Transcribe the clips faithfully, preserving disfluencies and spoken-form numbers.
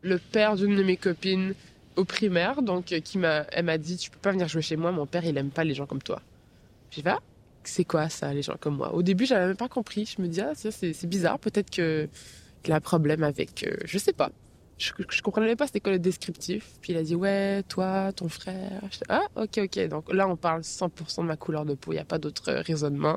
le père d'une de mes copines au primaire, donc, qui m'a, elle m'a dit, tu peux pas venir jouer chez moi, mon père, il aime pas les gens comme toi. J'ai fait, ah, c'est quoi ça, les gens comme moi? Au début, j'avais même pas compris. Je me dis, ah, ça, c'est, c'est bizarre, peut-être que, qu'il a un problème avec, euh, je sais pas. Je, je comprenais pas c'était quoi le descriptif. Puis il a dit, ouais, toi, ton frère. J'étais, ah, ok, ok. Donc là, on parle cent pour cent de ma couleur de peau, il y a pas d'autre euh, raisonnement.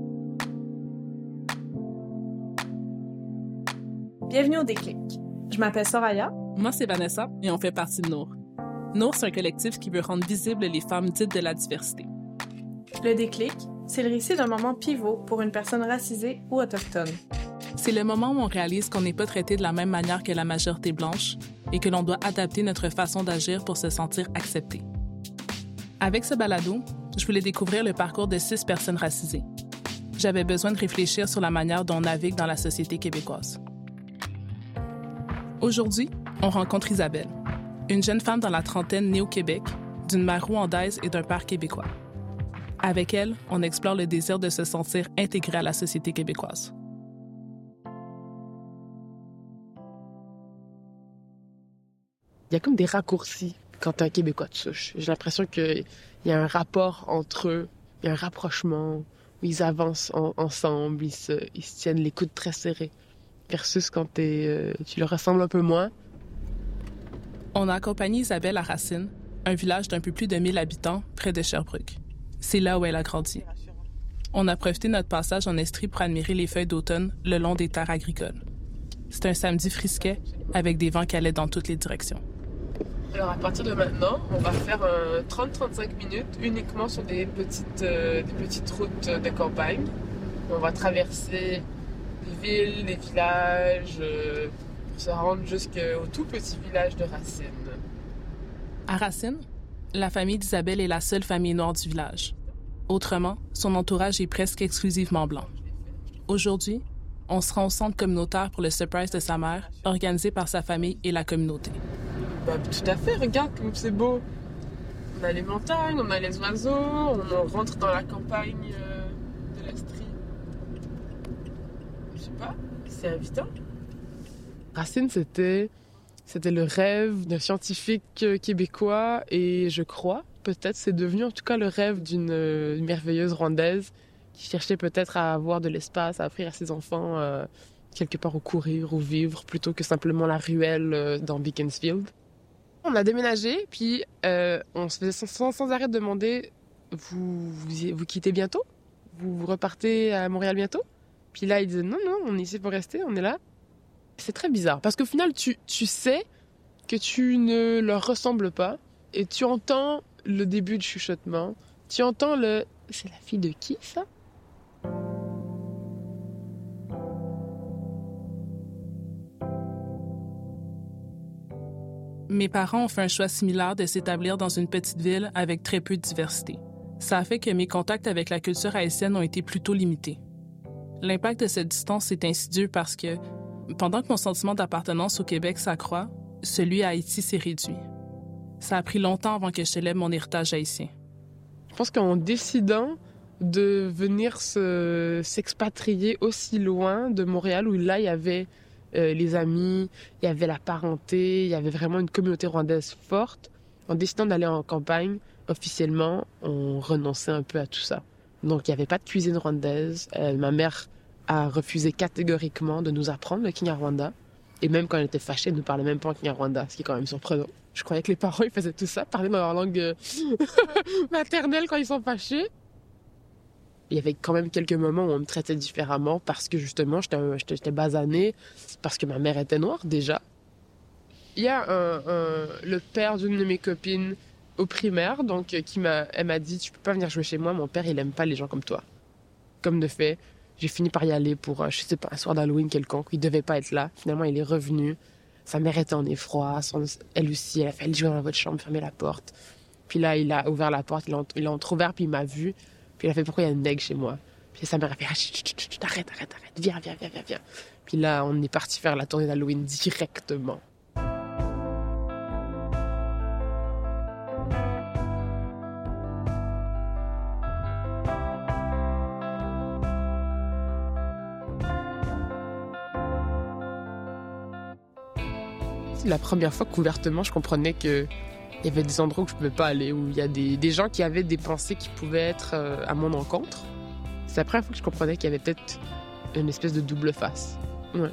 Bienvenue au Déclic. Je m'appelle Soraya. Moi, c'est Vanessa et on fait partie de Nour. Nour, c'est un collectif qui veut rendre visibles les femmes dites de la diversité. Le Déclic, c'est le récit d'un moment pivot pour une personne racisée ou autochtone. C'est le moment où on réalise qu'on n'est pas traité de la même manière que la majorité blanche et que l'on doit adapter notre façon d'agir pour se sentir accepté. Avec ce balado, je voulais découvrir le parcours de six personnes racisées. J'avais besoin de réfléchir sur la manière dont on navigue dans la société québécoise. Aujourd'hui, on rencontre Isabelle, une jeune femme dans la trentaine née au Québec, d'une mère rwandaise et d'un père québécois. Avec elle, on explore le désir de se sentir intégrée à la société québécoise. Il y a comme des raccourcis quand t'es un Québécois de souche. J'ai l'impression qu'il y a un rapport entre eux, il y a un rapprochement, où ils avancent en, ensemble, ils se, ils se tiennent les coudes très serrés. Versus quand t'es, euh, tu leur ressembles un peu moins. On a accompagné Isabelle à Racine, un village d'un peu plus de mille habitants près de Sherbrooke. C'est là où elle a grandi. On a profité de notre passage en Estrie pour admirer les feuilles d'automne le long des terres agricoles. C'était un samedi frisquet avec des vents qui allaient dans toutes les directions. Alors à partir de maintenant, on va faire un trente à trente-cinq minutes uniquement sur des petites, euh, des petites routes de campagne. On va traverser des villes, des villages, euh, pour se rendre jusqu'au tout petit village de Racine. À Racine, la famille d'Isabelle est la seule famille noire du village. Autrement, son entourage est presque exclusivement blanc. Aujourd'hui, on se rend au centre communautaire pour le surprise de sa mère, organisé par sa famille et la communauté. Bah, tout à fait, regarde comme c'est beau. On a les montagnes, on a les oiseaux, on rentre dans la campagne euh, de l'Estrie. Je sais pas, c'est invitant. Racine, c'était, c'était le rêve d'un scientifique québécois et je crois, peut-être c'est devenu en tout cas le rêve d'une euh, merveilleuse Rwandaise qui cherchait peut-être à avoir de l'espace, à offrir à ses enfants euh, quelque part où courir ou vivre plutôt que simplement la ruelle euh, dans Beaconsfield. On a déménagé, puis euh, on se faisait sans, sans arrêt demander vous, vous, vous quittez bientôt? Vous, vous repartez à Montréal bientôt? Puis là, ils disaient non, non, on est ici pour rester, on est là. C'est très bizarre, parce qu'au final, tu, tu sais que tu ne leur ressembles pas, et tu entends le début du chuchotement, tu entends le « c'est la fille de qui, ça? » Mes parents ont fait un choix similaire de s'établir dans une petite ville avec très peu de diversité. Ça a fait que mes contacts avec la culture haïtienne ont été plutôt limités. L'impact de cette distance est insidieux parce que, pendant que mon sentiment d'appartenance au Québec s'accroît, celui à Haïti s'est réduit. Ça a pris longtemps avant que je célèbre mon héritage haïtien. Je pense qu'en décidant de venir se, s'expatrier aussi loin de Montréal, où là, il y avait euh, les amis, il y avait la parenté, il y avait vraiment une communauté rwandaise forte, en décidant d'aller en campagne, officiellement, on renonçait un peu à tout ça. Donc, il n'y avait pas de cuisine rwandaise. Euh, ma mère a refusé catégoriquement de nous apprendre le Kinyarwanda. Et même quand elle était fâchée, elle ne nous parlait même pas en Kinyarwanda, ce qui est quand même surprenant. Je croyais que les parents, ils faisaient tout ça, parler dans leur langue euh, maternelle quand ils sont fâchés. Il y avait quand même quelques moments où on me traitait différemment parce que justement, j'étais, j'étais, j'étais basanée, parce que ma mère était noire déjà. Il y a un, un, le père d'une de mes copines au primaire, donc qui m'a, elle m'a dit, tu peux pas venir jouer chez moi, mon père, il aime pas les gens comme toi. Comme de fait, j'ai fini par y aller pour, je sais pas, un soir d'Halloween quelconque, il devait pas être là. Finalement, il est revenu. Sa mère était en effroi, son, elle aussi, elle a fait, elle jouait dans votre chambre, fermez la porte. Puis là, il a ouvert la porte, il l'a, il l'a entrouvert, puis il m'a vu. Puis il a fait, pourquoi il y a une nègre chez moi? Puis sa mère a fait, ah, chut, chut, chut, arrête, arrête, arrête, viens, viens, viens, viens, viens. Puis là, on est parti faire la tournée d'Halloween directement. la première fois qu'ouvertement, je comprenais qu'il y avait des endroits où je ne pouvais pas aller, où il y a des, des gens qui avaient des pensées qui pouvaient être euh, à mon encontre. C'est la première fois que je comprenais qu'il y avait peut-être une espèce de double face. Ouais.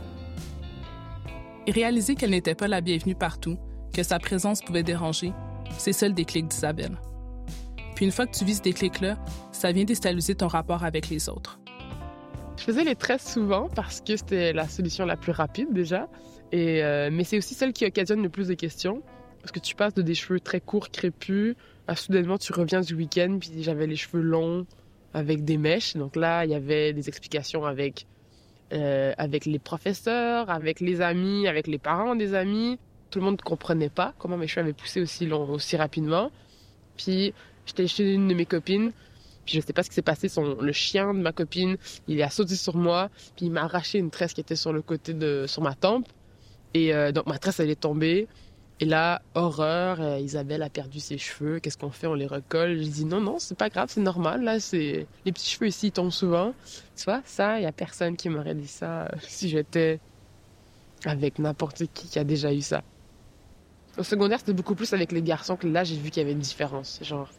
Et réaliser qu'elle n'était pas la bienvenue partout, que sa présence pouvait déranger, c'est ça le déclic d'Isabelle. Puis une fois que tu vis ce déclic-là, ça vient déstabiliser ton rapport avec les autres. Je faisais les tresses souvent parce que c'était la solution la plus rapide déjà, et, euh, mais c'est aussi celle qui occasionne le plus de questions, parce que tu passes de des cheveux très courts, crépus, à soudainement tu reviens du week-end, puis j'avais les cheveux longs avec des mèches, donc là il y avait des explications avec, euh, avec les professeurs, avec les amis, avec les parents des amis. Tout le monde ne comprenait pas comment mes cheveux avaient poussé aussi long, aussi rapidement. Puis j'étais chez une de mes copines, puis je sais pas ce qui s'est passé, son, le chien de ma copine, il a sauté sur moi, puis il m'a arraché une tresse qui était sur le côté de, sur ma tempe. Et euh, donc ma tresse, elle est tombée. Et là, horreur, euh, Isabelle a perdu ses cheveux, qu'est-ce qu'on fait? On les recolle. Je dis non, non, c'est pas grave, c'est normal, là, c'est... Les petits cheveux ici, ils tombent souvent. Tu vois, ça, il y a personne qui m'aurait dit ça euh, si j'étais avec n'importe qui qui a déjà eu ça. Au secondaire, c'était beaucoup plus avec les garçons que là, j'ai vu qu'il y avait une différence. Genre,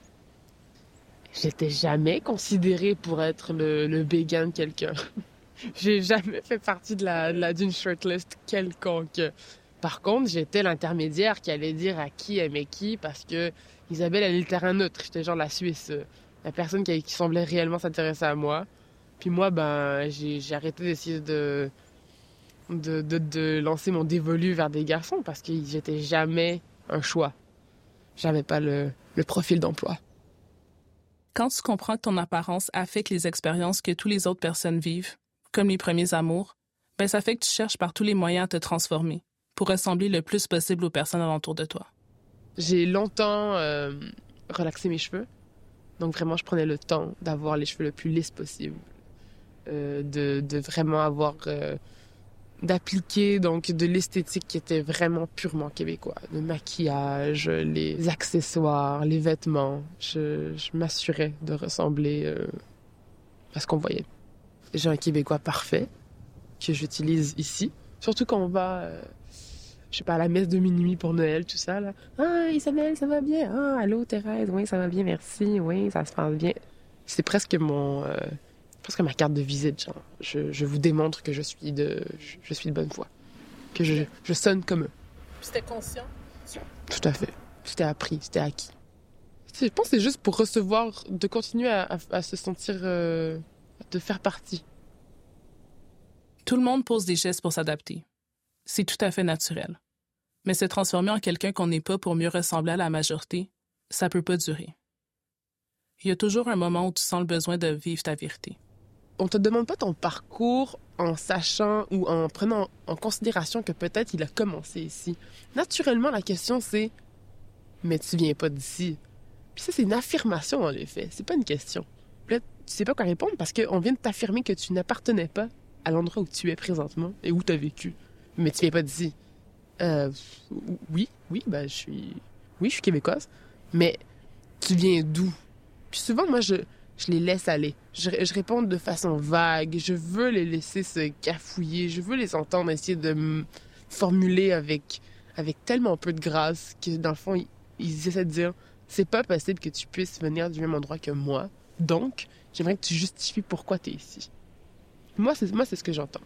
j'étais jamais considérée pour être le, le béguin de quelqu'un. J'ai jamais fait partie de la, de la, d'une shortlist quelconque. Par contre, j'étais l'intermédiaire qui allait dire à qui aimait qui, parce que Isabelle, elle est le terrain neutre. J'étais genre la Suisse, la personne qui, qui semblait réellement s'intéresser à moi. Puis moi, ben, j'ai, j'ai arrêté d'essayer de, de, de, de lancer mon dévolu vers des garçons, parce que j'étais jamais un choix. J'avais pas le, le profil d'emploi. Quand tu comprends que ton apparence affecte les expériences que toutes les autres personnes vivent, comme les premiers amours, ben ça fait que tu cherches par tous les moyens à te transformer pour ressembler le plus possible aux personnes alentour de toi. J'ai longtemps euh, relaxé mes cheveux. Donc vraiment, je prenais le temps d'avoir les cheveux le plus lisses possible. Euh, de, de vraiment avoir... Euh, d'appliquer donc de l'esthétique qui était vraiment purement québécois. Le maquillage, les accessoires, les vêtements. Je, je m'assurais de ressembler euh, à ce qu'on voyait. J'ai un Québécois parfait que j'utilise ici. Surtout quand on va, euh, je sais pas, à la messe de minuit pour Noël, tout ça, là. « Ah, Isabelle, ça va bien? Ah, allô, Thérèse? Oui, ça va bien, merci. Oui, ça se passe bien. » C'est presque mon... Euh, presque ma carte de visite, genre. Je, je vous démontre que je suis de, je, je suis de bonne foi. Que je, je sonne comme eux. C'était conscient? Tout à fait. C'était appris, c'était acquis. Je pense que c'est juste pour recevoir, de continuer à, à, à se sentir, euh, de faire partie. Tout le monde pose des gestes pour s'adapter. C'est tout à fait naturel. Mais se transformer en quelqu'un qu'on n'est pas pour mieux ressembler à la majorité, ça peut pas durer. Il y a toujours un moment où tu sens le besoin de vivre ta vérité. On te demande pas ton parcours en sachant ou en prenant en considération que peut-être il a commencé ici. Naturellement, la question c'est « Mais tu viens pas d'ici ». Puis ça, c'est une affirmation en effet, c'est pas une question. Puis là, tu sais pas quoi répondre parce qu'on vient de t'affirmer que tu n'appartenais pas à l'endroit où tu es présentement et où tu as vécu. Mais tu viens pas d'ici. Euh, oui, oui, ben je suis... Oui, je suis québécoise, mais tu viens d'où? Puis souvent, moi, je... Je les laisse aller. Je, je réponds de façon vague. Je veux les laisser se cafouiller. Je veux les entendre essayer de me formuler avec, avec tellement peu de grâce que, dans le fond, ils, ils essaient de dire « C'est pas possible que tu puisses venir du même endroit que moi. Donc, j'aimerais que tu justifies pourquoi tu es ici. » Moi, c'est, moi, c'est ce que j'entends.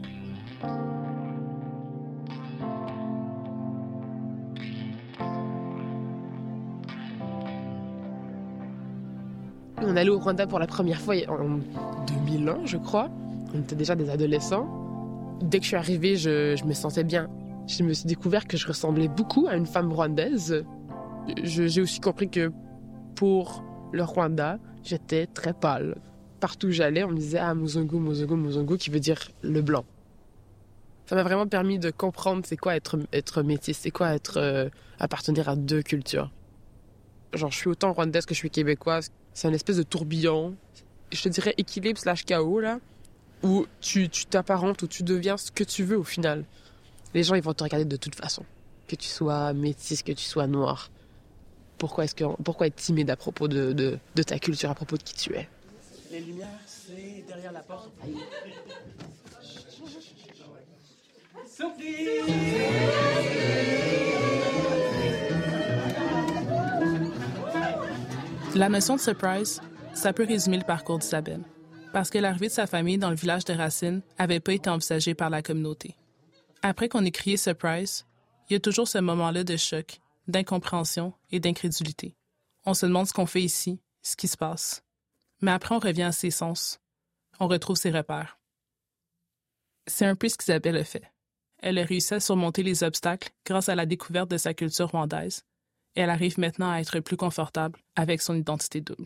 On allait au Rwanda pour la première fois en deux mille un, je crois. On était déjà des adolescents. Dès que je suis arrivée, je, je me sentais bien. Je me suis découvert que je ressemblais beaucoup à une femme rwandaise. Je, j'ai aussi compris que pour le Rwanda, j'étais très pâle. Partout où j'allais, on me disait « Ah, Muzungu, Muzungu, Muzungu », qui veut dire « le blanc ». Ça m'a vraiment permis de comprendre c'est quoi être, être métisse, c'est quoi être, euh, appartenir à deux cultures. Genre, je suis autant rwandaise que je suis québécoise. C'est un espèce de tourbillon, je te dirais équilibre slash chaos, là, où tu, tu t'apparentes, où tu deviens ce que tu veux au final. Les gens, ils vont te regarder de toute façon. Que tu sois métisse, que tu sois noir. Pourquoi, est-ce que, pourquoi être timide à propos de, de, de ta culture, à propos de qui tu es? Les lumières, c'est derrière la porte. Surprise! La notion de surprise, ça peut résumer le parcours d'Isabelle. Parce que l'arrivée de sa famille dans le village de Racine n'avait pas été envisagée par la communauté. Après qu'on ait crié « surprise », il y a toujours ce moment-là de choc, d'incompréhension et d'incrédulité. On se demande ce qu'on fait ici, ce qui se passe. Mais après, on revient à ses sens. On retrouve ses repères. C'est un peu ce qu'Isabelle a fait. Elle a réussi à surmonter les obstacles grâce à la découverte de sa culture rwandaise. Et elle arrive maintenant à être plus confortable avec son identité double.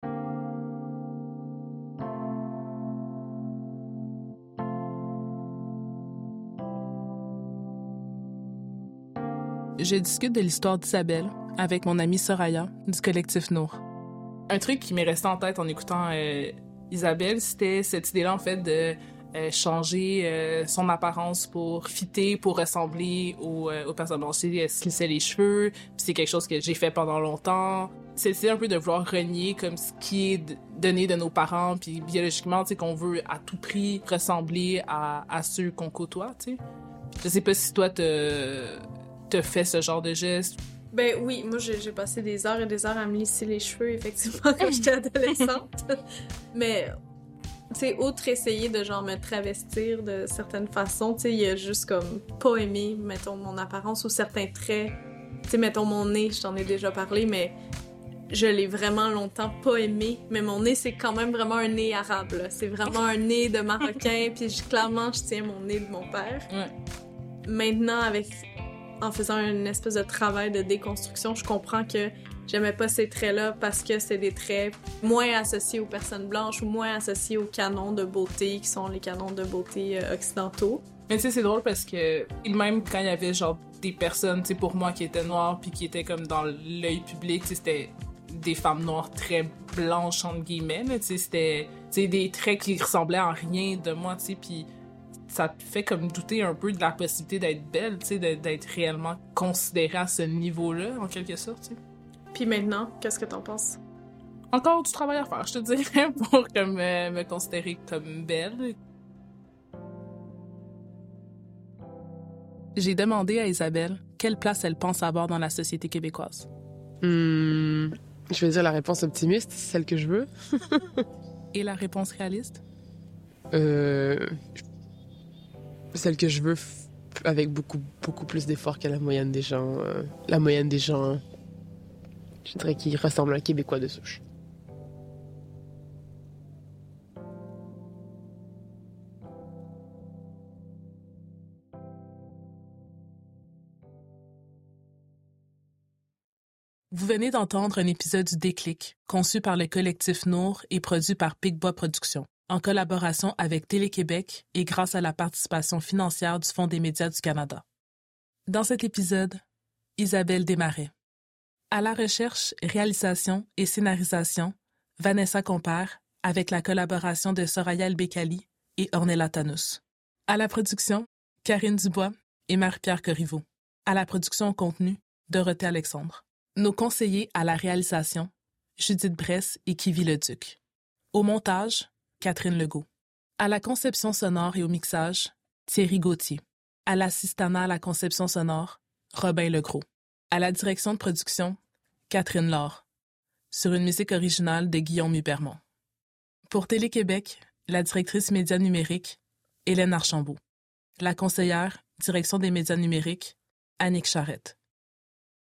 Je discute de l'histoire d'Isabelle avec mon amie Soraya du collectif Nour. Un truc qui m'est resté en tête en écoutant euh, Isabelle, c'était cette idée-là, en fait, de euh, changer euh, son apparence pour fitter, pour ressembler aux, euh, aux personnes blanchies. Elle se lissait les cheveux, puis c'est quelque chose que j'ai fait pendant longtemps. C'est l'idée un peu de vouloir renier comme ce qui est donné de nos parents, puis biologiquement, tu sais, qu'on veut à tout prix ressembler à, à ceux qu'on côtoie, tu sais. Je sais pas si toi, te, te fait ce genre de geste. Ben oui, moi j'ai, j'ai passé des heures et des heures à me lisser les cheveux, effectivement, quand j'étais adolescente. Mais, tu sais, outre essayer de genre me travestir de certaines façons, tu sais, il y a juste comme pas aimé, mettons, mon apparence ou certains traits. Tu sais, mettons mon nez, je t'en ai déjà parlé, mais je l'ai vraiment longtemps pas aimé. Mais mon nez, c'est quand même vraiment un nez arabe, là. C'est vraiment un nez de Marocain, puis je, clairement, je tiens mon nez de mon père. Ouais. Maintenant, avec... en faisant une espèce de travail de déconstruction, je comprends que j'aimais pas ces traits-là parce que c'est des traits moins associés aux personnes blanches ou moins associés aux canons de beauté qui sont les canons de beauté euh, occidentaux. Mais tu sais, c'est drôle parce que même quand il y avait genre des personnes, tu sais, pour moi qui étaient noires puis qui étaient comme dans l'œil public, tu sais, c'était des femmes noires très blanches, entre guillemets, tu sais, c'était tu sais, des traits qui ressemblaient en rien de moi, tu sais, puis ça te fait comme douter un peu de la possibilité d'être belle, tu sais, d'être réellement considérée à ce niveau-là, en quelque sorte, tu sais. Puis maintenant, qu'est-ce que t'en penses? Encore du travail à faire, je te dirais, pour comme, euh, me considérer comme belle. J'ai demandé à Isabelle quelle place elle pense avoir dans la société québécoise. Hmm, je vais dire la réponse optimiste, celle que je veux. Et la réponse réaliste? Euh... Celle que je veux f- avec beaucoup, beaucoup plus d'efforts que la moyenne des gens. Euh, la moyenne des gens, je dirais qu'ils ressemblent à un Québécois de souche. Vous venez d'entendre un épisode du Déclic, conçu par le collectif Nour et produit par Picbois Productions, en collaboration avec Télé-Québec et grâce à la participation financière du Fonds des médias du Canada. Dans cet épisode, Isabelle Desmarais. À la recherche, réalisation et scénarisation, Vanessa Compère, avec la collaboration de Soraya El-Bekali et Ornella Tanous. À la production, Karine Dubois et Marie-Pierre Corriveau. À la production au contenu, Dorothée Alexandre. Nos conseillers à la réalisation, Judith Bresse et Kivy Leduc. Au montage, Catherine Legault. À la conception sonore et au mixage, Thierry Gauthier. À l'assistanat à la conception sonore, Robin Legros. À la direction de production, Catherine Laure. Sur une musique originale de Guillaume Hubermont. Pour Télé-Québec, la directrice médias numériques, Hélène Archambault. La conseillère, direction des médias numériques, Annick Charrette.